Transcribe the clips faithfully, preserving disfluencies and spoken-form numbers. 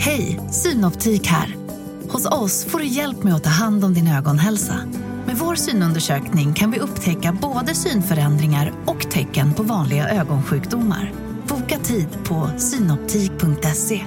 Hej, Synoptik här. Hos oss får du hjälp med att ta hand om din ögonhälsa. Med vår synundersökning kan vi upptäcka både synförändringar och tecken på vanliga ögonsjukdomar. Boka tid på synoptik punkt se.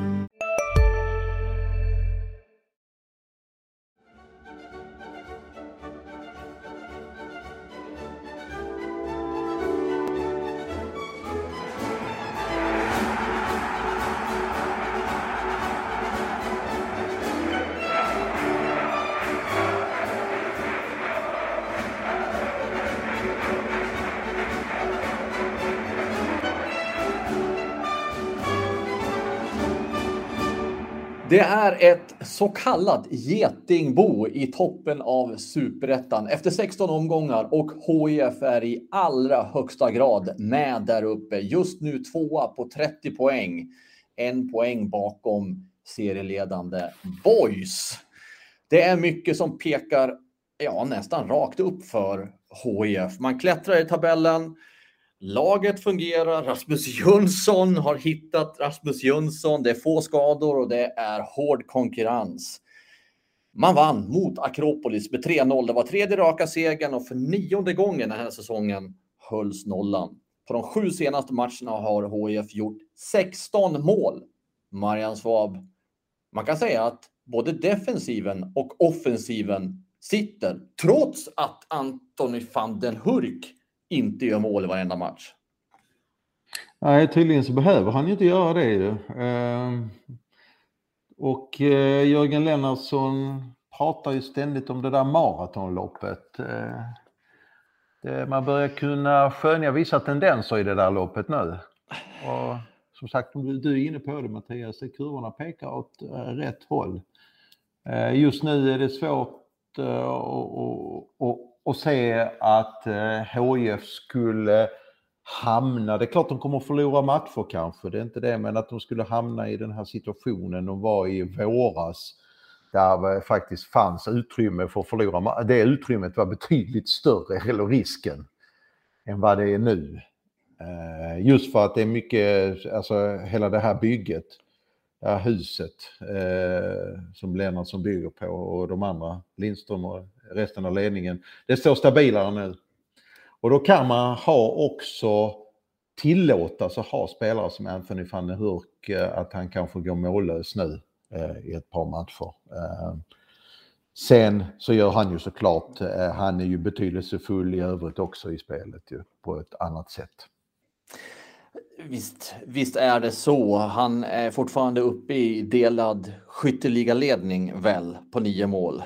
Det är ett så kallat getingbo i toppen av Superettan efter sexton omgångar och H I F är i allra högsta grad med där uppe. Just nu tvåa på trettio poäng. En poäng bakom serieledande Boys. Det är mycket som pekar ja, nästan rakt upp för H I F. Man klättrar i tabellen. Laget fungerar, Rasmus Jönsson har hittat Rasmus Jönsson, det är få skador och det är hård konkurrens. Man vann mot Akropolis med tre noll, det var tredje raka segern och för nionde gången den här säsongen hölls nollan. På de sju senaste matcherna har H I F gjort sexton mål. Marian Svab, man kan säga att både defensiven och offensiven sitter trots att Antoni van den Hurk inte gör mål i varenda match. Nej, tydligen så behöver han ju inte göra det ju. Ehm, och eh, Jörgen Lennartsson pratar ju ständigt om det där maratonloppet. Ehm, det, man börjar kunna skönja vissa tendenser i det där loppet nu. Och som sagt, du, du är inne på det Mattias, det kurvorna pekar åt eh, rätt håll. Ehm, just nu är det svårt eh, och, och och se att eh, H I F skulle hamna, det är klart de kommer att förlora matcher kanske, det är inte det, men att de skulle hamna i den här situationen de var i våras där faktiskt fanns utrymme för att förlora, det utrymmet var betydligt större, eller risken, än vad det är nu. Eh, just för att det är mycket, alltså hela det här bygget, det här huset eh, som Lennartsson bygger på och de andra, Lindström och resten av ledningen, det står stabilare nu. Och då kan man ha också tillåta sig ha spelare som Anthony van den Hurk, att han kanske går mållös nu eh, i ett par matcher. Eh, sen så gör han ju såklart, eh, han är ju betydelsefull i övrigt också i spelet ju, på ett annat sätt. Visst, visst är det så. Han är fortfarande uppe i delad skytteligaledning väl på nio mål.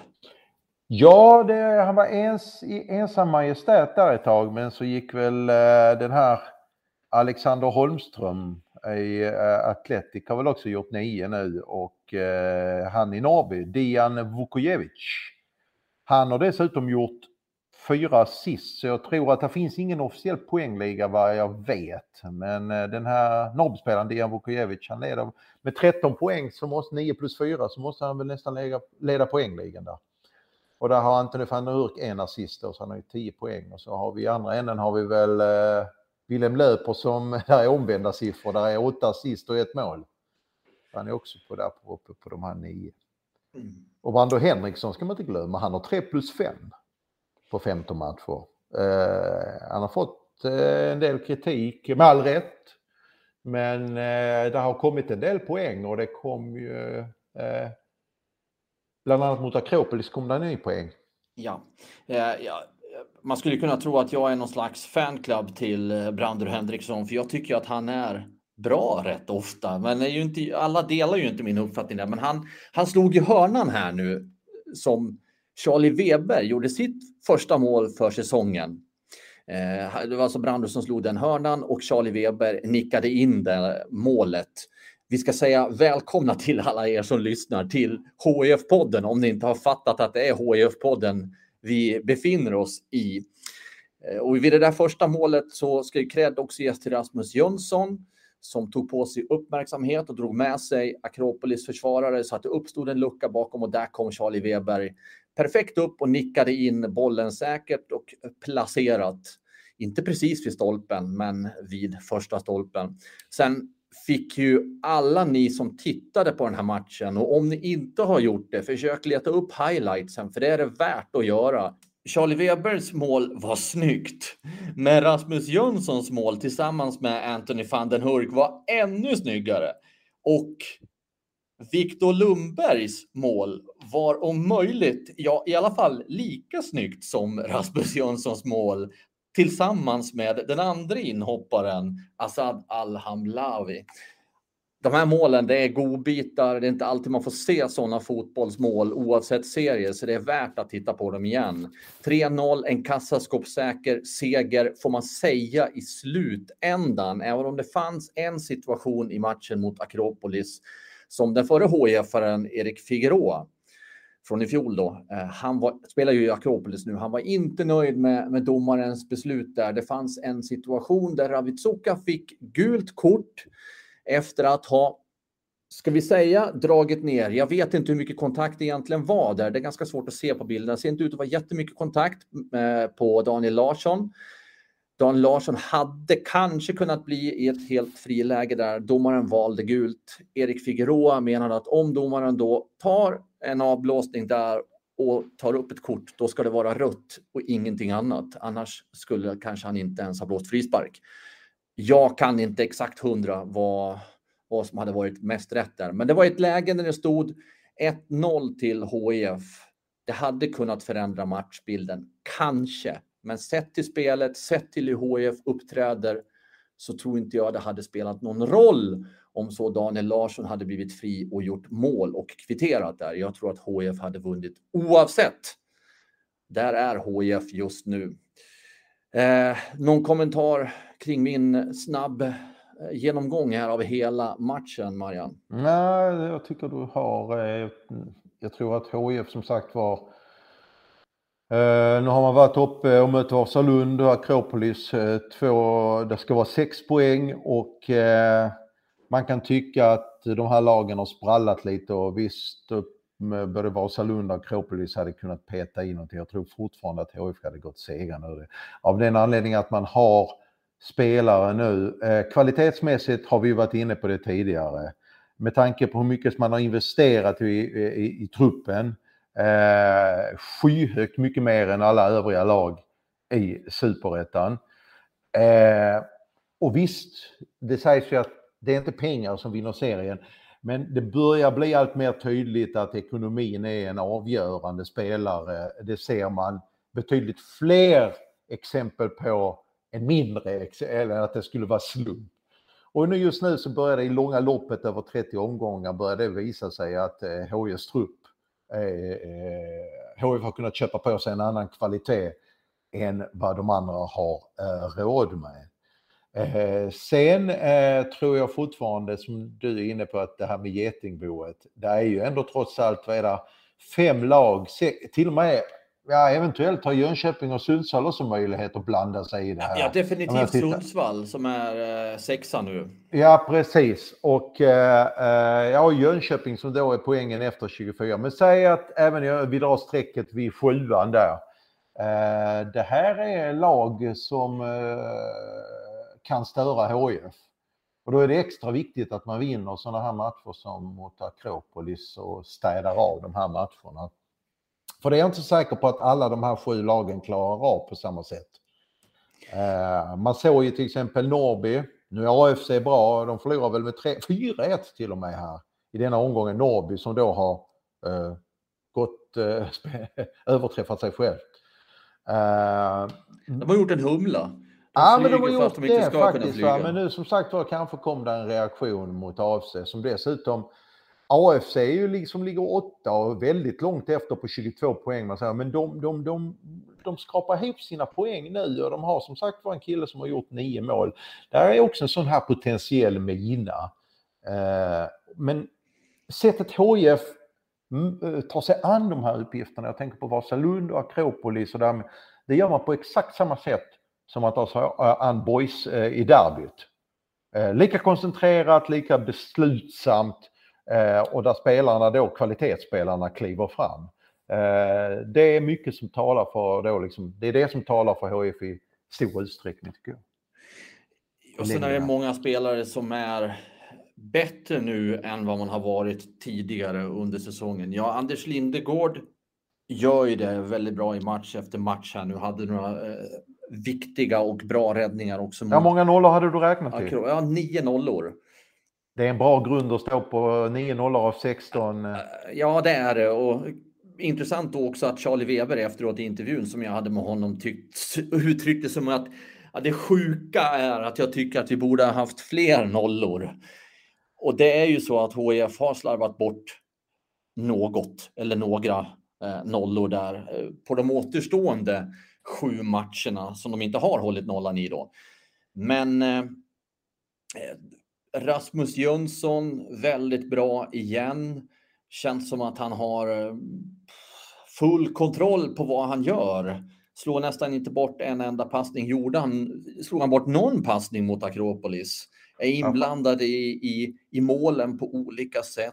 Ja, det, han var ens, i ensam majestät där ett tag, men så gick väl eh, den här Alexander Holmström i eh, Atletic har väl också gjort nio nu och eh, han i Norrby, Dejan Vukojevic, han har dessutom gjort fyra assist, så jag tror att det finns ingen officiell poängliga vad jag vet, men eh, den här Norrbyspelaren Dejan Vukojevic, han leder med tretton poäng, så måste nio plus fyra, så måste han väl nästan leda, leda poängligan där. Och där har Antoni van der Hurk en assist och så han har ju tio poäng. Och så har vi i andra änden har vi väl eh, Willem Löper som där är omvända siffror. Där är åtta assist och ett mål. Han är också på där på, uppe på de här nio. Mm. Och Brando Henriksson ska man inte glömma. Han har tre plus fem på femton matcher. Eh, han har fått eh, en del kritik med all rätt. Men eh, det har kommit en del poäng och det kom ju... Eh, Bland annat mot Akropolis kom det en ny poäng. Ja. Eh, ja, man skulle kunna tro att jag är någon slags fanclub till Brandur Henriksson. För jag tycker att han är bra rätt ofta. Men är ju inte, alla delar ju inte min uppfattning där. Men han, han slog ju hörnan här nu. Som Charlie Weber gjorde sitt första mål för säsongen. Eh, det var alltså Brandur som slog den hörnan. Och Charlie Weber nickade in det målet. Vi ska säga välkomna till alla er som lyssnar till H I F-podden. Om ni inte har fattat att det är H I F-podden vi befinner oss i. Och vid det där första målet så ska ju cred också ges till Rasmus Jönsson. Som tog på sig uppmärksamhet och drog med sig Akropolis försvarare. Så att det uppstod en lucka bakom och där kom Charlie Weber perfekt upp och nickade in bollen säkert och placerat. Inte precis vid stolpen men vid första stolpen. Sen fick ju alla ni som tittade på den här matchen, och om ni inte har gjort det, försök leta upp highlightsen, för det är det värt att göra. Charlie Webers mål var snyggt, men Rasmus Jönssons mål tillsammans med Anthony van den Hurk var ännu snyggare. Och Victor Lundbergs mål var om möjligt, ja i alla fall lika snyggt som Rasmus Jönssons mål tillsammans med den andra inhopparen Asad Al-Hamlawi. De här målen, det är godbitar, det är inte alltid man får se sådana fotbollsmål oavsett serie, så det är värt att titta på dem igen. tre noll, en kassaskåpssäker seger får man säga i slutändan, även om det fanns en situation i matchen mot Akropolis som den förre H I F-aren Erik Figueroa från i fjol då. Han var, spelar ju i Akropolis nu. Han var inte nöjd med, med domarens beslut där. Det fanns en situation där Ravitsuka fick gult kort efter att ha, ska vi säga, dragit ner. Jag vet inte hur mycket kontakt det egentligen var där. Det är ganska svårt att se på bilden. Det ser inte ut att vara jättemycket kontakt på Daniel Larsson. Daniel Larsson hade kanske kunnat bli i ett helt friläge där domaren valde gult. Erik Figueroa menade att om domaren då tar en avblåsning där och tar upp ett kort, då ska det vara rött och ingenting annat. Annars skulle kanske han inte ens ha blåst frispark. Jag kan inte exakt hundra vad, vad som hade varit mest rätt där. Men det var ett läge när det stod ett noll till H I F. Det hade kunnat förändra matchbilden. Kanske. Men sett till spelet, sett till hur H I F uppträder, så tror inte jag det hade spelat någon roll om så Daniel Larsson hade blivit fri och gjort mål och kvitterat där. Jag tror att H I F hade vunnit oavsett. Där är H I F just nu. Eh, någon kommentar kring min snabb genomgång här av hela matchen, Marian? Nej, jag tycker du har... Eh, jag tror att H I F som sagt var... Uh, nu har man varit uppe och mött Vasalund och Akropolis. Uh, två, det ska vara sex poäng och uh, man kan tycka att de här lagen har sprallat lite, och visst med både Vasalund och Akropolis hade kunnat peta in någonting. Jag tror fortfarande att H I F hade gått segrande ur det. Av den anledningen att man har spelare nu. Uh, kvalitetsmässigt har vi varit inne på det tidigare. Med tanke på hur mycket man har investerat i, i, i truppen. Eh, skyhögt mycket mer än alla övriga lag i Superettan. Eh, och visst, det sägs ju att det är inte pengar som vinner serien, men det börjar bli allt mer tydligt att ekonomin är en avgörande spelare. Det ser man betydligt fler exempel på än mindre, eller att det skulle vara slump. Och nu just nu så börjar det i långa loppet över trettio omgångar börjar det visa sig att eh, H I F:s trupp H I F har kunnat köpa på sig en annan kvalitet än vad de andra har eh, råd med. Eh, sen eh, tror jag fortfarande, som du är inne på, att det här med getingboet, det är ju ändå trots allt vad är det, fem lag, se, till och med ja, eventuellt har Jönköping och Sundsvall också möjlighet att blanda sig i det här. Ja, definitivt Sundsvall som är eh, sexa nu. Ja, precis. Och eh, ja, Jönköping som då är poängen efter tjugofyra. Men säg att även vi drar strecket vid sjuan där. Eh, det här är lag som eh, kan störa H I F. Och då är det extra viktigt att man vinner sådana här matcher som mot Akropolis och städar av de här matcherna. För det är jag inte säker på att alla de här sju lagen klarar av på samma sätt. Eh, man såg ju till exempel Norrby. Nu är A F C bra. De förlorar väl med fyra ett till och med här. I denna omgången Norrby som då har eh, gått eh, överträffat sig själv. Eh, de har gjort en humla. De ja, men de har gjort de det faktiskt. Va? Men nu som sagt var kanske kom det en reaktion mot A F C som dessutom... A F C är ju liksom ligger åtta och väldigt långt efter på tjugotvå poäng. Man säger, men de, de, de, de skrapar ihop sina poäng nu och de har som sagt var en kille som har gjort nio mål. Det är också en sån här potentiell mina. Eh, men sättet H I F tar sig an de här uppgifterna, jag tänker på Vasalund och Akropolis och där, det gör man på exakt samma sätt som att ta sig an Boys eh, i derbyt. Eh, lika koncentrerat, lika beslutsamt. Eh, och där spelarna då, kvalitetsspelarna kliver fram. Eh, det är mycket som talar för då liksom, det är det som talar för H I F i stor utsträckning tycker jag. Och sen är det många spelare som är bättre nu än vad man har varit tidigare under säsongen. Ja, Anders Lindegård gör ju det väldigt bra i match efter match här nu. Hade några eh, viktiga och bra räddningar också. Hur många nollor hade du räknat till? Ja, nio nollor. Det är en bra grund att stå på nio nollor av sexton. Ja, det är det. Och intressant då också att Charlie Weber efteråt i intervjun som jag hade med honom tyckt, uttryckte som att ja, det sjuka är att jag tycker att vi borde ha haft fler nollor. Och det är ju så att H I F har slarvat bort något eller några eh, nollor där eh, på de återstående sju matcherna som de inte har hållit nollan i då. Men eh, Rasmus Jönsson väldigt bra igen. Känns som att han har full kontroll på vad han gör. Slår nästan inte bort en enda passning. Gjorde han, slog han bort någon passning mot Akropolis? Är inblandad i, i, i målen på olika sätt.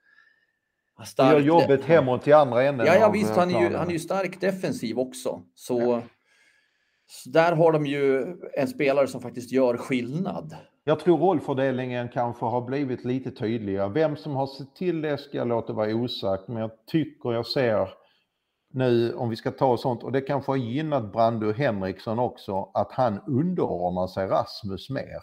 Stark, gör jobbet hemåt i andra änden. Ja, ja visst, han är, ju, han är ju stark defensiv också. Så, ja. Så där har de ju en spelare som faktiskt gör skillnad. Jag tror rollfördelningen kanske har blivit lite tydligare. Vem som har sett till det ska jag låta vara osagt. Men jag tycker jag ser nu, om vi ska ta sånt, och det kanske har gynnat Brandur Henriksson också, att han underordnar sig Rasmus mer.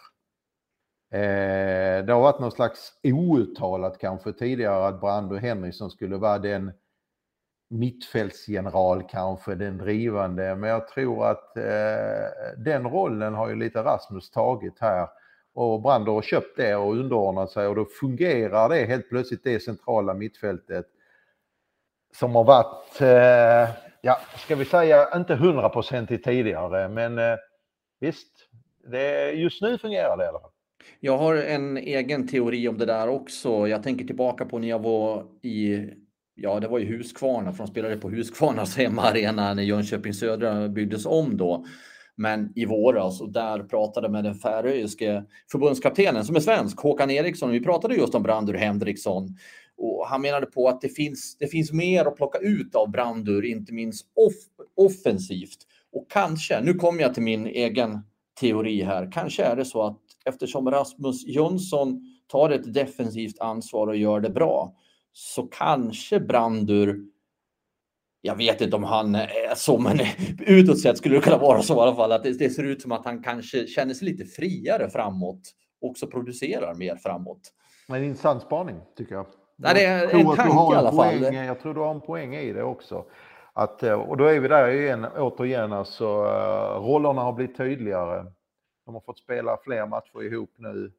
Eh, det har varit någon slags outtalat kanske tidigare att Brandur Henriksson skulle vara den mittfältsgeneral kanske, den drivande. Men jag tror att eh, den rollen har ju lite Rasmus tagit här. Och Brandur har köpt det och underordnat sig och då fungerar det helt plötsligt det centrala mittfältet som har varit, eh, ja ska vi säga inte hundra procent tidigare, men eh, visst, det, just nu fungerar det i alla fall. Jag har en egen teori om det där också. Jag tänker tillbaka på när jag var i, ja det var ju Huskvarna, för de spelade på Huskvarnas hemmaarena när Jönköping Södra byggdes om då. Men i våras, och där pratade med den färöiske förbundskaptenen som är svensk, Håkan Eriksson. Vi pratade just om Brandur Henriksson. Och han menade på att det finns, det finns mer att plocka ut av Brandur, inte minst off, offensivt. Och kanske, nu kommer jag till min egen teori här, kanske är det så att eftersom Rasmus Jönsson tar ett defensivt ansvar och gör det bra, så kanske Brandur, jag vet inte om han är så, men utåt sett skulle det kunna vara så i alla fall, att det, det ser ut som att han kanske känner sig lite friare framåt och också producerar mer framåt. Men en intressant spaning tycker jag. Nej, det är en tanke i alla fall. Poäng, jag tror du har en poäng i det också. Att, och då är vi där igen, återigen, alltså, rollerna har blivit tydligare. De har fått spela fler matcher ihop nu.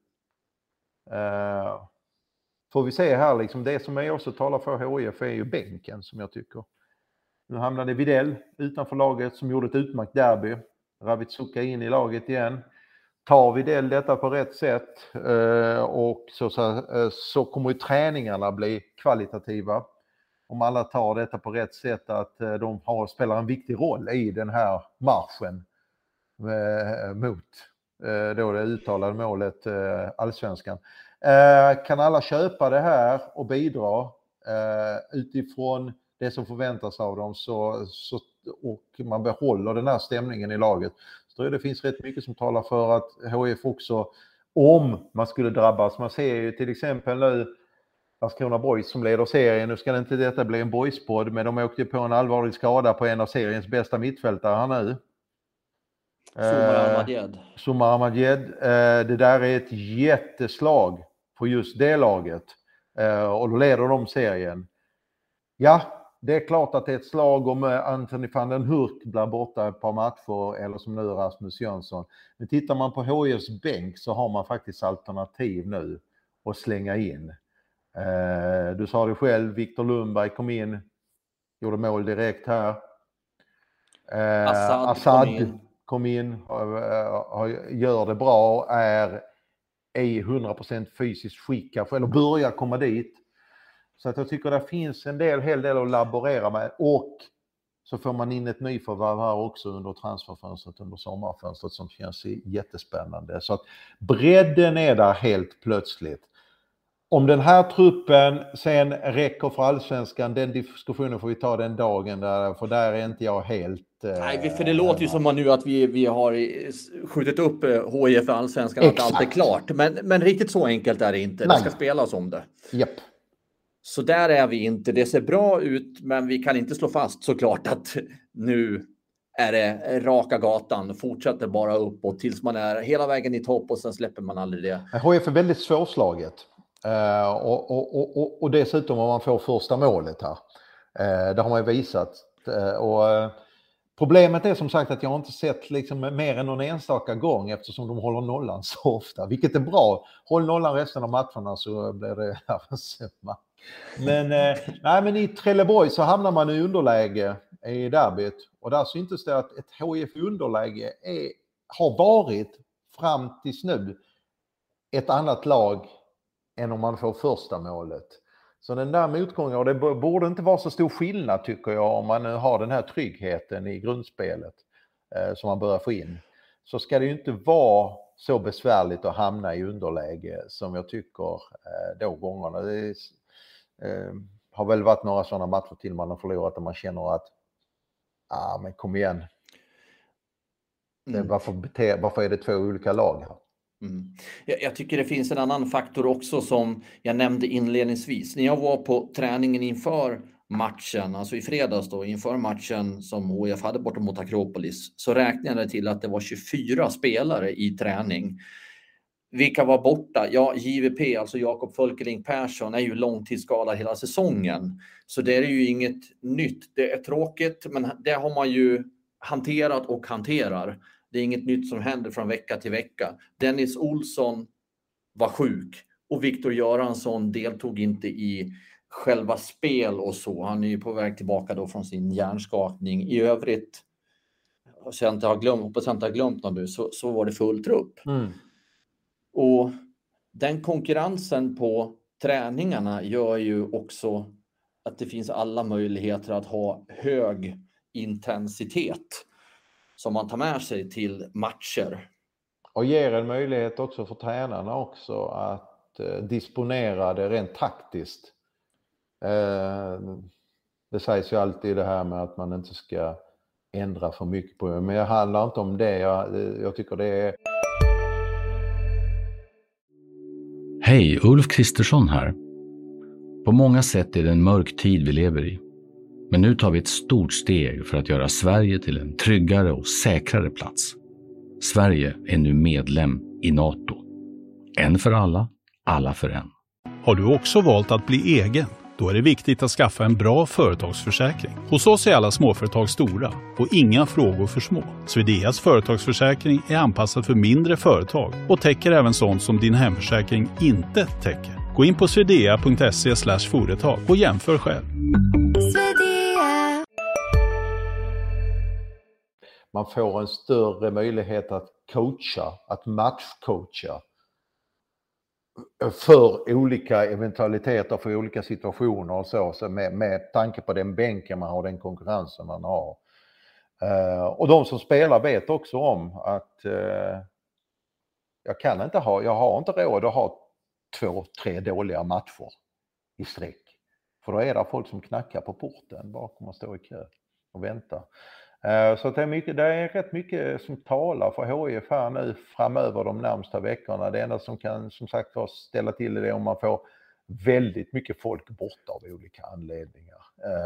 Uh, får vi se här, liksom, det som jag också talar för H I F är ju bänken som jag tycker. Nu hamnade Videll utanför laget som gjorde ett utmärkt derby. Ravitsuka in i laget igen. Tar Videll detta på rätt sätt uh, och så, så, uh, så kommer ju träningarna bli kvalitativa. Om alla tar detta på rätt sätt, att uh, de har, spelar en viktig roll i den här marschen uh, mot då det uttalade målet allsvenskan. Kan alla köpa det här och bidra utifrån det som förväntas av dem, så, så, och man behåller den här stämningen i laget, så tror jag det finns rätt mycket som talar för att H I F också, om man skulle drabbas, man ser ju till exempel nu Landskrona Boys som leder serien, nu ska det inte detta bli en boyspodd, men de åkte på en allvarlig skada på en av seriens bästa mittfältare här nu. Sumar Ahmadjed. Eh, Sumar Ahmadjed. Eh, det där är ett jätteslag på just det laget. Eh, och då leder de serien. Ja, det är klart att det är ett slag om Anthony van den Hurk blir borta ett par matcher, eller som nu Rasmus Jönsson. Men tittar man på H I F:s bänk så har man faktiskt alternativ nu att slänga in. Eh, du sa det själv, Viktor Lundberg kom in, gjorde mål direkt här. Eh, Assad, Assad kom in. kom in, gör det bra, är i hundra procent fysiskt skick eller börjar komma dit. Så att jag tycker det finns en del, hel del att laborera med, och så får man in ett nyförvärv här också under transferfönstret, under sommarfönstret, som känns jättespännande. Så att bredden är där helt plötsligt. Om den här truppen sen räcker för allsvenskan, den diskussionen får vi ta den dagen, där, för där är inte jag helt... Nej, för det låter ju som man nu att vi, vi har skjutit upp H I F allsvenskan, att allt är klart. Men, men riktigt så enkelt är det inte. Nej. Det ska spelas om det. Japp. Så där är vi inte. Det ser bra ut, men vi kan inte slå fast såklart att nu är det raka gatan. Fortsätter bara uppåt tills man är hela vägen i topp och sen släpper man aldrig det. H I F är väldigt svårslaget. Uh, och, och, och, och dessutom om man får första målet här. Uh, det har man ju visat. Uh, och uh, problemet är som sagt att jag har inte sett liksom mer än någon enstaka gång eftersom de håller nollan så ofta. Vilket är bra. Håll nollan resten av matcherna så blir det samma. Men, uh, nej, men i Trelleborg så hamnar man i underläge i derbyt. Och där syntes det att ett H I F underläge är, har varit fram tills nu ett annat lag än om man får första målet. Så den där motgången, och det borde inte vara så stor skillnad tycker jag om man nu har den här tryggheten i grundspelet eh, som man börjar få in. Så ska det ju inte vara så besvärligt att hamna i underläge som jag tycker eh, då gångerna. Det är, eh, har väl varit några sådana matcher till man har förlorat och man känner att ah, men kom igen. Mm. Det, varför, bete, varför är det två olika lag här? Mm. Jag, jag tycker det finns en annan faktor också som jag nämnde inledningsvis. När jag var på träningen inför matchen, alltså i fredags då, inför matchen som H I F hade borta mot Akropolis, så räknade jag till att det var tjugofyra spelare i träning. Vilka var borta? Ja, J V P, alltså Jakob Fölkeling Persson, är ju långtidsskadad hela säsongen. Så det är ju inget nytt. Det är tråkigt, men det har man ju hanterat och hanterar. Det är inget nytt som händer från vecka till vecka. Dennis Olsson var sjuk och Viktor Göransson deltog inte i själva spel och så. Han är ju på väg tillbaka då från sin hjärnskakning. I övrigt, hoppas jag inte har glömt, hoppas jag inte har glömt någon nu, så, så var det full trupp. Mm. Och den konkurrensen på träningarna gör ju också att det finns alla möjligheter att ha hög intensitet som man tar med sig till matcher. Och ger en möjlighet också för tränarna också att eh, disponera det rent taktiskt. Eh, det sägs ju alltid det här med att man inte ska ändra för mycket på det. Men det handlar inte om det. Jag, jag tycker det är... Hej, Ulf Kristersson här. På många sätt är det en mörk tid vi lever i. Men nu tar vi ett stort steg för att göra Sverige till en tryggare och säkrare plats. Sverige är nu medlem i NATO. En för alla, alla för en. Har du också valt att bli egen? Då är det viktigt att skaffa en bra företagsförsäkring. Hos oss är alla småföretag stora och inga frågor för små. Swedeas företagsförsäkring är anpassad för mindre företag och täcker även sånt som din hemförsäkring inte täcker. Gå in på swedea punkt se slash företag och jämför själv. Man får en större möjlighet att coacha, att matchcoacha för olika eventualiteter, för olika situationer och så, så med, med tanke på den bänken man har, den konkurrensen man har. Uh, och de som spelar vet också om att uh, jag kan inte ha, jag har inte råd att ha två, tre dåliga matcher i sträck. För då är det folk som knackar på porten bakom och står i kö och väntar. Så att det, är mycket, det är rätt mycket som talar för H I F här nu framöver de närmsta veckorna. Det enda som kan som sagt ställa till det är om man får väldigt mycket folk borta av olika anledningar.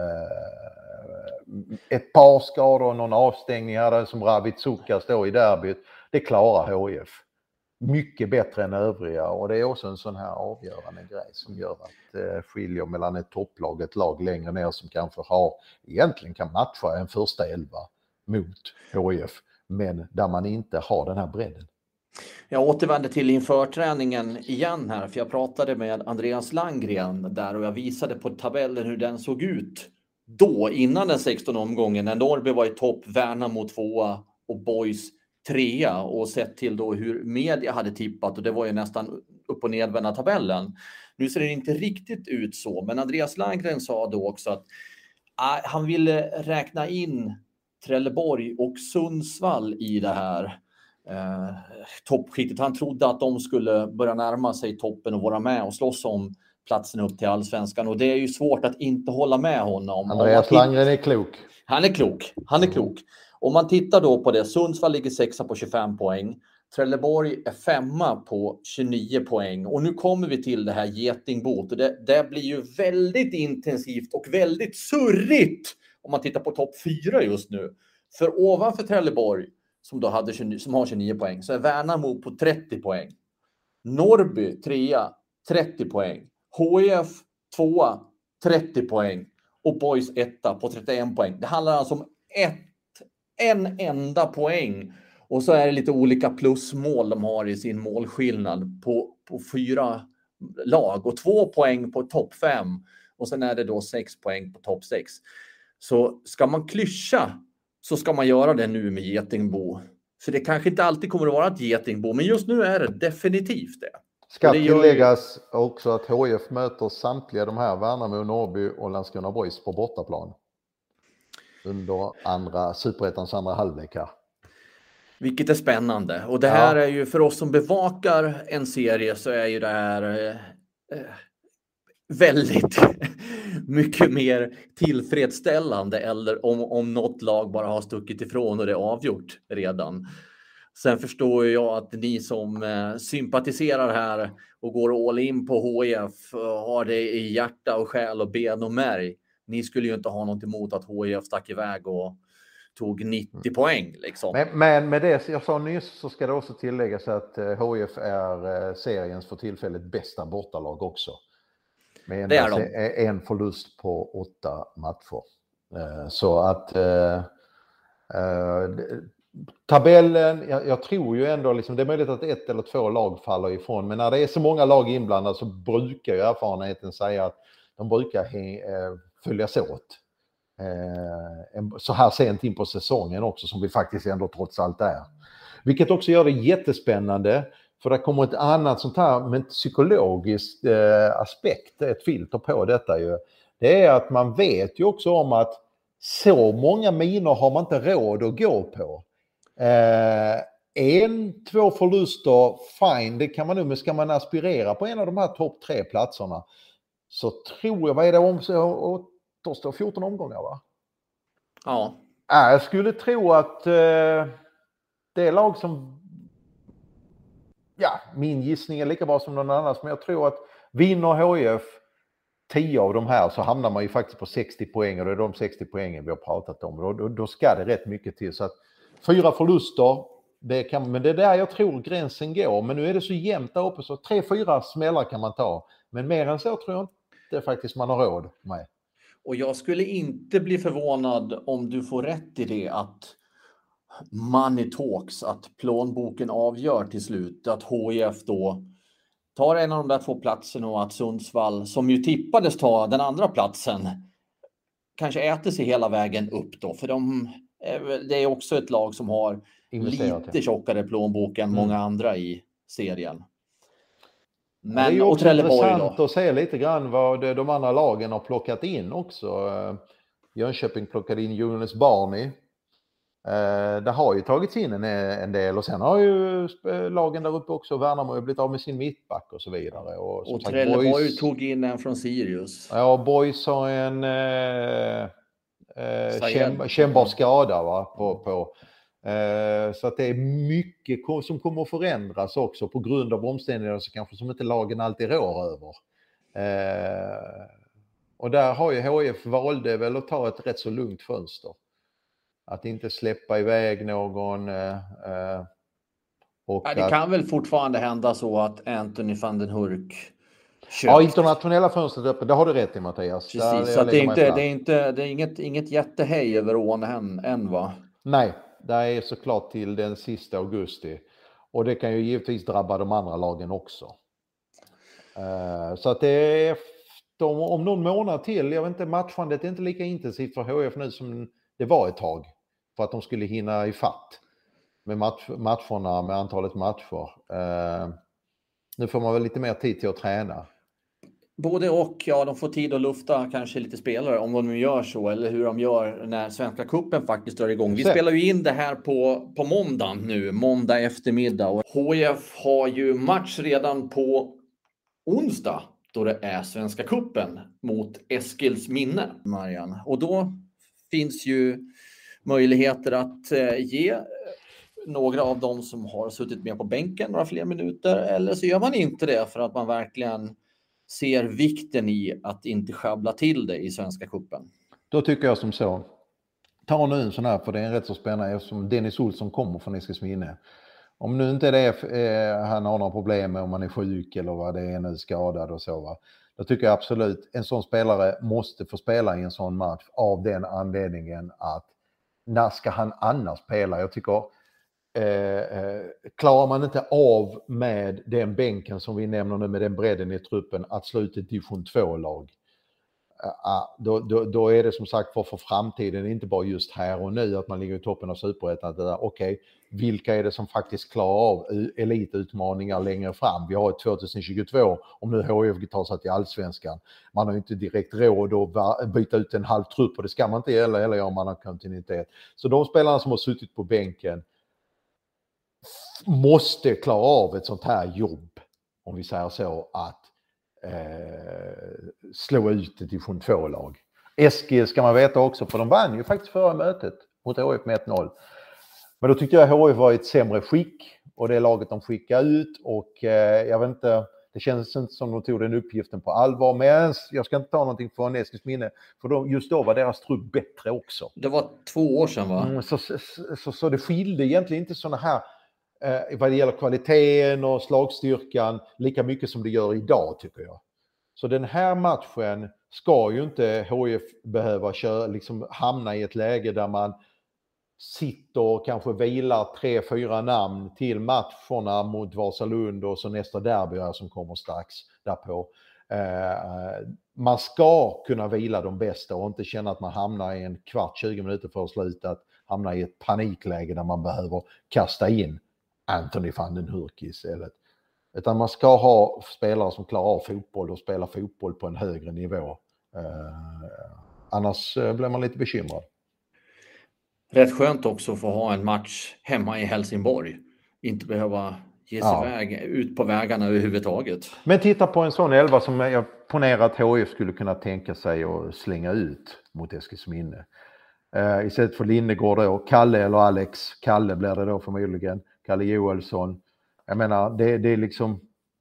Ett par skador och någon avstängning här som Ravid Suka står i derbyt, det klarar H I F mycket bättre än övriga, och det är också en sån här avgörande grej som gör att det eh, skiljer mellan ett topplag och ett lag längre ner som kanske har, egentligen kan matcha en första elva mot H I F, men där man inte har den här bredden. Jag återvänder till införträningen igen här, för jag pratade med Andreas Langgren där och jag visade på tabellen hur den såg ut då innan den sextonde omgången, när Norrby var i topp, Värnamo tvåa och Boys trea, och sett till då hur media hade tippat, och det var ju nästan upp- och nedvända tabellen. Nu ser det inte riktigt ut så, men Andreas Langgren sa då också att äh, han ville räkna in Trelleborg och Sundsvall i det här. eh, toppskiktet. Han trodde att de skulle börja närma sig toppen och vara med och slåss om platsen upp till allsvenskan. Och det är ju svårt att inte hålla med honom. Andreas Landgren är klok. Han är klok. Han är klok. Om man tittar då på det. Sundsvall ligger sexa på tjugofem poäng. Trelleborg är femma på tjugonio poäng. Och nu kommer vi till det här Getingbo. Det, det blir ju väldigt intensivt och väldigt surrigt om man tittar på topp fyra just nu. För ovanför Trelleborg, som, då hade tjugonio, som har tjugonio poäng, så är Värnamo på trettio poäng. Norrby trea, trettio poäng. H I F tvåa, trettio poäng. Och Boys etta på trettioen poäng. Det handlar alltså om ett, en enda poäng. Och så är det lite olika plusmål de har i sin målskillnad på, på fyra lag. Och två poäng på topp fem. Och sen är det då sex poäng på topp sex. Så ska man klyscha så ska man göra det nu med Getingbo. För det kanske inte alltid kommer att vara ett Getingbo. Men just nu är det definitivt det. Ska det tilläggas ju... också att H I F möter samtliga de här Värnamo, Norrby och Landskrona Boys på bortaplan. Under andra, Superettans andra halvlek här. Vilket är spännande. Och det här ja. är ju för oss som bevakar en serie så är ju det här eh, väldigt mycket mer tillfredsställande. Eller om, om något lag bara har stuckit ifrån och det är avgjort redan. Sen förstår jag att ni som eh, sympatiserar här och går all in på H I F har det i hjärta och själ och ben och märg. Ni skulle ju inte ha något emot att H I F stack iväg och tog nittio poäng. Liksom. Men, men med det jag sa nyss så ska det också tilläggas att H I F är seriens för tillfället bästa bortalag också. Med det är de. en förlust på åtta matcher. Så att äh, äh, tabellen, jag, jag tror ju ändå liksom, det är möjligt att ett eller två lag faller ifrån. Men när det är så många lag inblandade så brukar ju erfarenheten säga att de brukar hä, äh, följas åt. Eh, så här sent in på säsongen också som vi faktiskt ändå trots allt är. Vilket också gör det jättespännande för det kommer ett annat sånt här med psykologiskt eh, aspekt, ett filter på detta ju. Det är att man vet ju också om att så många minor har man inte råd att gå på. Eh, en, två förluster, fine, det kan man nu, men ska man aspirera på en av de här topp tre platserna så tror jag, vad är det om så då står fjorton omgångar va? Ja. Äh, jag skulle tro att eh, det är lag som, ja, min gissning är lika bra som någon annans, men jag tror att vinner H I F tio av de här så hamnar man ju faktiskt på sextio poäng och det är de sextio poängen vi har pratat om. Då, då, då ska det rätt mycket till. Så att fyra förluster, det kan, men det är där jag tror gränsen går. Men nu är det så jämnt där uppe så tre, fyra smällar kan man ta. Men mer än så tror jag inte faktiskt man har råd med. Och jag skulle inte bli förvånad om du får rätt i det att money talks, att plånboken avgör till slut. Att H I F då tar en av de där två platserna och att Sundsvall, som ju tippades ta den andra platsen, kanske äter sig hela vägen upp då. För de, det är också ett lag som har lite tjockare plånbok än mm. många andra i serien. Men, det är ju också intressant då att se lite grann vad de andra lagen har plockat in också. Jönköping plockade in Jonas Barney. Det har ju tagits in en, en del och sen har ju lagen där uppe också, Värnamo, har blivit av med sin mittback och så vidare. Och, och Trelleborg tog in en från Sirius. Ja, Boys har en eh, eh, kännbar skada va, på... på så att det är mycket som kommer att förändras också på grund av omständigheter så kanske som inte lagen alltid rår över. Och där har ju H I F valde väl att ta ett rätt så lugnt fönster. Att inte släppa iväg någon. Och ja, det kan att... väl fortfarande hända så att Anthony van den Hurk köpt. Ja, internationella fönstret öppet, det har du rätt i Mattias. Precis, så att det, är inte, det är inte det är inget, inget jättehej över ån än, än va? Nej. Det är såklart till den sista augusti. Och det kan ju givetvis drabba de andra lagen också. Uh, så att det är om, om någon månad till, jag vet inte, matchandet är inte lika intensivt för H I F nu som det var ett tag. För att de skulle hinna i fatt med match, matcherna, med antalet matcher. Uh, nu får man väl lite mer tid till att träna. Både och, ja, de får tid att lufta kanske lite spelare om de nu gör så, eller hur de gör när Svenska Cupen faktiskt drar igång. Vi spelar ju in det här på, på måndag nu, måndag eftermiddag, och H I F har ju match redan på onsdag då det är Svenska Cupen mot Eskilsminne, Marian. Och då finns ju möjligheter att eh, ge några av dem som har suttit med på bänken några fler minuter, eller så gör man inte det för att man verkligen ser vikten i att inte sjabbla till det i Svenska Cupen. Då tycker jag som så. Ta nu en sån här, för det är en rätt så spännande, eftersom Dennis Olsson kommer från Eskilsminne. Om nu inte det är, eh, han har några problem med om han är sjuk eller vad det är nu, skadad och så, va. Då tycker jag absolut en sån spelare måste få spela i en sån match av den anledningen att när ska han annars spela? Jag tycker eh, eh, klarar man inte av med den bänken som vi nämner nu, med den bredden i truppen, att sluta ett division två-lag. Uh, då, då, då är det som sagt för, för framtiden, inte bara just här och nu att man ligger i toppen av Superettan. Okej, okay, vilka är det som faktiskt klarar av elitutmaningar längre fram? Vi har ett tjugohundratjugotvå om nu H I F tar sig till allsvenskan. Man har ju inte direkt råd att byta ut en halv trupp, och det ska man inte heller, eller om man har kontinuitet. Så de spelarna som har suttit på bänken måste klara av ett sånt här jobb, om vi säger så, att Eh, slå ut ett division två-lag. Eskil ska man veta också, för de vann ju faktiskt förra mötet mot H I F med ett noll. Men då tyckte jag H I F var i ett sämre skick, och det laget de skickade ut, och eh, jag vet inte, det känns inte som de tog den uppgiften på allvar, men jag ska inte ta någonting från Eskilsminne, för de, just då var deras trupp bättre också. Det var två år sedan, va? Mm, så, så, så, så det skilde egentligen inte såna här eh, vad det gäller kvaliteten och slagstyrkan lika mycket som det gör idag, tycker jag. Så den här matchen ska ju inte H I F behöva köra, liksom hamna i ett läge där man sitter och kanske vilar tre, fyra namn till matcherna mot Vasalund och så nästa derby som kommer strax därpå. Eh, man ska kunna vila de bästa och inte känna att man hamnar i en kvart, tjugo minuter för slut, att hamna i ett panikläge där man behöver kasta in Anthony van den Hurkis eller. Utan man ska ha spelare som klarar av fotboll och spelar fotboll på en högre nivå. Eh, annars blir man lite bekymrad. Rätt skönt också att få ha en match hemma i Helsingborg. Inte behöva ge sig ja. iväg ut på vägarna överhuvudtaget. Men titta på en sån elva som jag ponerar att H I F skulle kunna tänka sig att slänga ut mot Eskilsminne. Eh, istället för Lindegård då, Kalle eller Alex. Kalle blir det då förmodligen. Kalle Joelsson. Jag menar, det, det är liksom,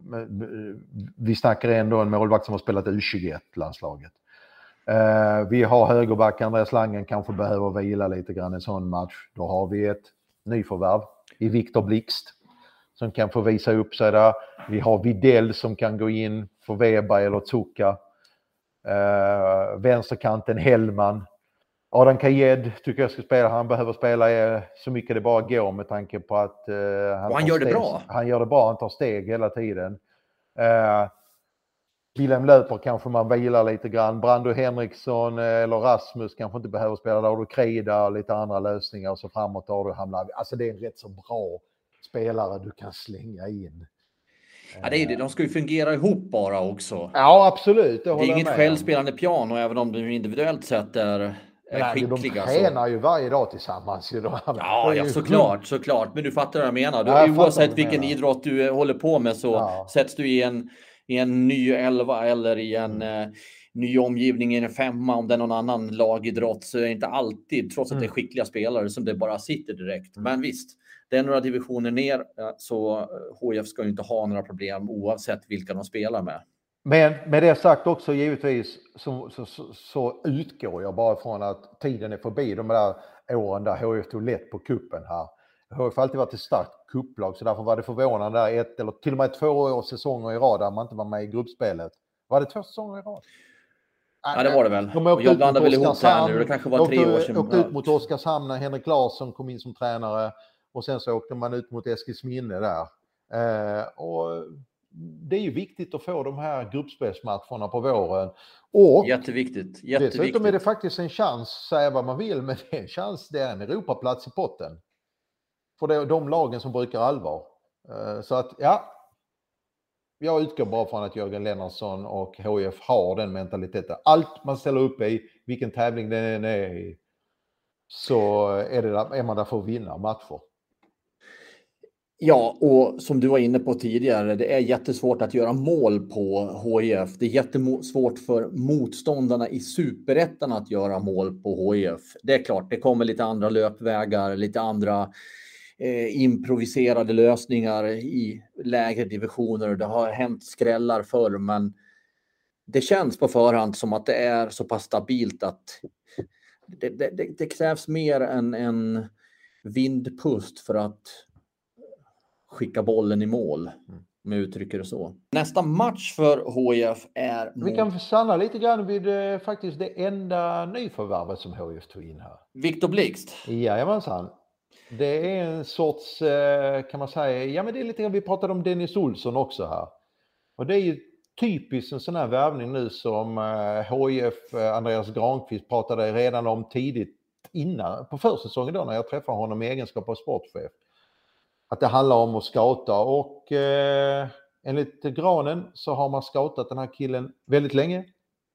vi snackar ändå en målvakt som har spelat U tjugoett-landslaget. Uh, vi har högerback, Andreas Langen kanske behöver vila lite grann en sån match. Då har vi ett nyförvärv i Viktor Blixt som kan få visa upp sig där. Vi har Videll som kan gå in för Weber eller Zucka. Uh, vänsterkanten Hellman. Adam Kajed tycker jag ska spela. Han behöver spela så mycket det bara går med tanke på att uh, han, han gör steg. det bra. Han gör det bra, han tar steg hela tiden. Uh, Willem Löper kanske man vilar lite grann. Brando Henriksson eller Rasmus kanske inte behöver spela. Där har du Kreda och lite andra lösningar och så framåt har du Hamlavi. Alltså det är en rätt så bra spelare du kan slänga in. Ja, det är det. De ska ju fungera ihop bara också. Ja, absolut. Det, det är inget självspelande piano, även om de individuellt sett är Nej, skickliga. De tränar så. ju varje dag tillsammans. De ja, ja, såklart, såklart. Men du fattar vad jag menar. Du, ja, jag oavsett vilken menar. idrott du håller på med så ja. sätts du i en, i en ny elva eller i en mm. eh, ny omgivning i en femma. Om det är någon annan lagidrott så är det inte alltid, trots att mm. det är skickliga spelare, som det bara sitter direkt. Mm. Men visst, det är några divisioner ner, så H I F ska ju inte ha några problem oavsett vilka de spelar med. Men med det sagt också givetvis så, så, så, så utgår jag bara från att tiden är förbi de där åren där H I F tog lätt på kuppen här. H I F har alltid varit ett starkt kupplag, så därför var det förvånande där ett eller till och med två år säsonger i rad där man inte var med i gruppspelet. Var det två säsonger i rad? Ja, det var det väl. De åkte jag blandade väl ihop här nu. Det kanske var tre åkte, år sedan. De åkte ut mot Oskarshamn när Henrik Larsson kom in som tränare. Och sen så åkte man ut mot Eskilsminne där. Eh, och det är ju viktigt att få de här gruppspelsmatcherna på våren. Och jätteviktigt. Jätteviktigt. Dessutom är det faktiskt en chans, säga vad man vill, men det är en chans, det är en Europaplats i potten. För det är de lagen som brukar allvar. Så att, ja. jag utgår bara från att Jörgen Lennartsson och H I F har den mentaliteten. Allt man ställer upp i, vilken tävling det än är i, så är, det där, är man där för att vinna matcher. Ja, och som du var inne på tidigare, det är jättesvårt att göra mål på H I F. Det är jättesvårt för motståndarna i Superettan att göra mål på H I F. Det är klart, det kommer lite andra löpvägar, lite andra eh, improviserade lösningar i lägre divisioner. Det har hänt skrällar förr, men det känns på förhand som att det är så pass stabilt att det, det, det, det krävs mer än en vindpust för att skicka bollen i mål, om jag uttrycker det så. Nästa match för H I F är... Vi kan stanna lite grann vid eh, faktiskt det enda nyförvärvet som H I F tog in här. Victor Blixt. Jajamensan. Det är en sorts, eh, kan man säga, ja men det är lite grann, vi pratade om Dennis Olsson också här. Och det är ju typiskt en sån här värvning nu som eh, H I F, eh, Andreas Granqvist pratade redan om tidigt innan, på försäsongen då när jag träffade honom i egenskap av sportchef. Att det handlar om att scouta och eh, enligt Granen så har man scoutat den här killen väldigt länge.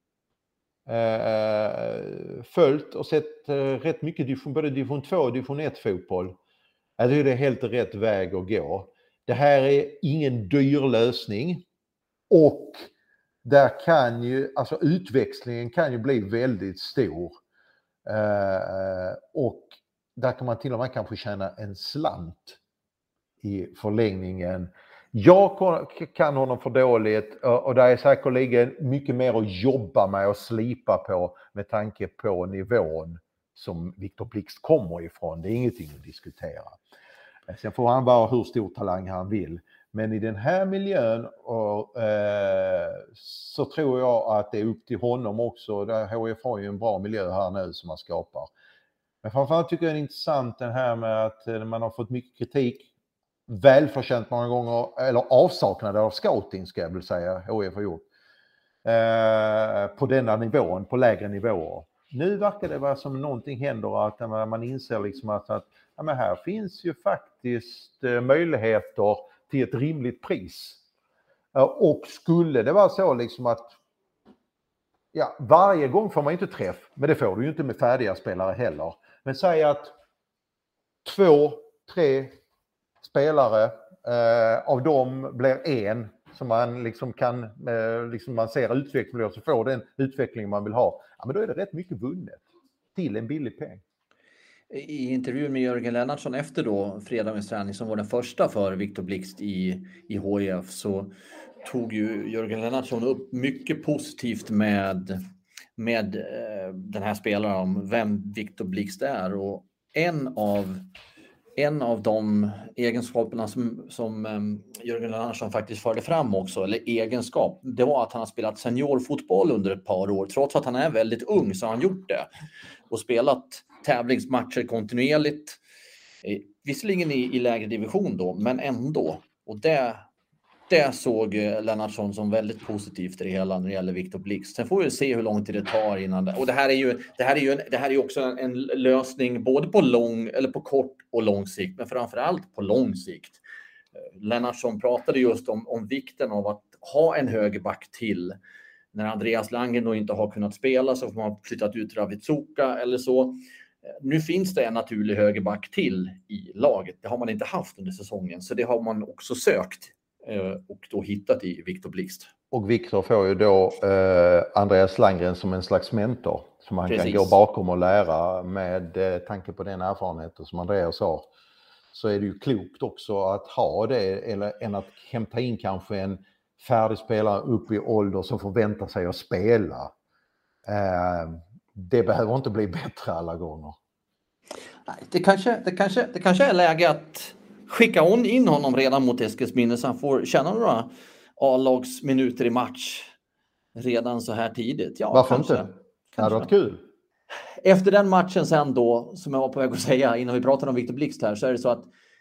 Eh, följt och sett eh, rätt mycket division, både division två och division ett fotboll. Jag tycker det är helt rätt väg att gå. Det här är ingen dyr lösning och där kan ju, alltså utväxlingen kan ju bli väldigt stor. Eh, och där kan man till och med kanske tjäna en slant i förlängningen. Jag kan honom för dåligt och det är säkerligen mycket mer att jobba med och slipa på med tanke på nivån som Victor Blixt kommer ifrån. Det är ingenting att diskutera. Sen får han vara hur stor talang han vill. Men i den här miljön och, eh, så tror jag att det är upp till honom också. H F har ju en bra miljö här nu som man skapar. Men framförallt tycker jag det är intressant den här med att man har fått mycket kritik. Välförtjänt många gånger, eller avsaknad av scouting ska jag väl säga, H F har gjort. Eh, på denna nivån, på lägre nivåer. Nu verkar det vara som någonting händer att man inser liksom att, att ja, men här finns ju faktiskt eh, möjligheter till ett rimligt pris. Eh, och skulle det vara så liksom att ja, varje gång får man inte träff, men det får du ju inte med färdiga spelare heller. Men säg att två, tre spelare eh, av dem blir en som man liksom kan, eh, liksom man ser utveckling och så får den utveckling man vill ha. Ja, men då är det rätt mycket vunnet till en billig peng. I intervjun med Jörgen Lennartsson efter då fredagens träning som var den första för Victor Blixt i, i H I F så tog ju Jörgen Lennartsson upp mycket positivt med, med eh, den här spelaren om vem Victor Blixt är och en av En av de egenskaperna som, som um, Jörgen Lennartsson faktiskt förde fram också, eller egenskap, det var att han har spelat seniorfotboll under ett par år. Trots att han är väldigt ung så har han gjort det. Och spelat tävlingsmatcher kontinuerligt. Eh, visserligen i, i lägre division då, men ändå. Och det, det såg Lennartsson som väldigt positivt i det hela när det gäller Victor Blixt. Sen får vi se hur lång tid det tar innan det. Och det här är ju, det här är ju, en, det här är ju också en, en lösning både på lång eller på kort och lång sikt, men framförallt på lång sikt. Lennartsson pratade just om, om vikten av att ha en högerback till. När Andreas Langen då inte har kunnat spela så får man flyttat ut Ravitsuka eller så. Nu finns det en naturlig högerback till i laget. Det har man inte haft under säsongen, så det har man också sökt och då hittat i Victor Blixt. Och Victor får ju då eh, Andreas Landgren som en slags mentor som han Precis. kan gå bakom och lära med eh, tanke på den erfarenheten som Andreas har. Så är det ju klokt också att ha det eller än att hämta in kanske en färdig spelare upp i ålder som förväntar sig att spela. Eh, det behöver inte bli bättre alla gånger. Nej, det kanske, det kanske, det kanske är läge att skicka on in honom redan mot Eskilsminne så han får känna några A-lagsminuter i match redan så här tidigt. Ja, varför kanske, inte? Kanske. Det hade varit kul. Efter den matchen sen då, som jag var på väg att säga innan vi pratade om Victor Blixt här, så är det så att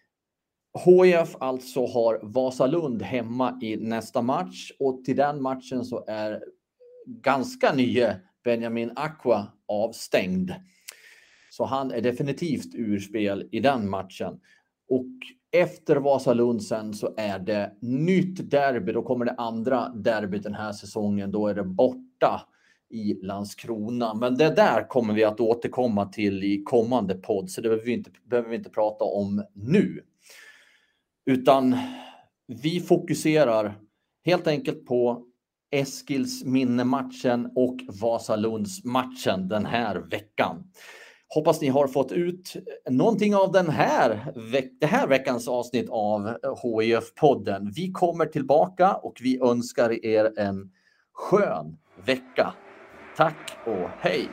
H I F alltså har Vasalund hemma i nästa match och till den matchen så är ganska nye Benjamin Aqua avstängd. Så han är definitivt ur spel i den matchen. Och efter Vasalund sen så är det nytt derby. Då kommer det andra derbyt den här säsongen. Då är det borta i Landskrona. Men det där kommer vi att återkomma till i kommande podd. Så det behöver vi inte, behöver vi inte prata om nu. Utan vi fokuserar helt enkelt på Eskils minnematchen och Vasalunds matchen den här veckan. Hoppas ni har fått ut någonting av den här, det här veckans avsnitt av H I F-podden. Vi kommer tillbaka och vi önskar er en skön vecka. Tack och hej!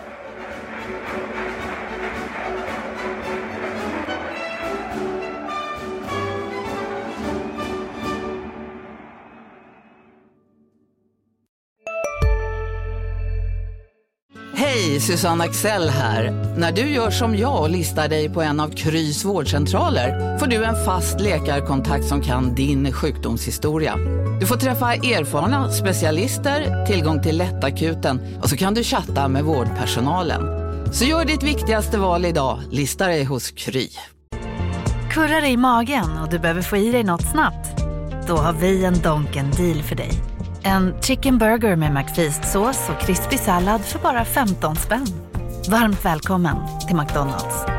Hej, Susanne Axel här. När du gör som jag och listar dig på en av Krys vårdcentraler får du en fast läkarkontakt som kan din sjukdomshistoria. Du får träffa erfarna specialister, tillgång till lättakuten och så kan du chatta med vårdpersonalen. Så gör ditt viktigaste val idag, lista dig hos Kry. Kurrar dig i magen och du behöver få i dig något snabbt? Då har vi en Donken deal för dig. En chicken burger med McFeast-sås och krispig sallad för bara femton spänn. Varmt välkommen till McDonald's.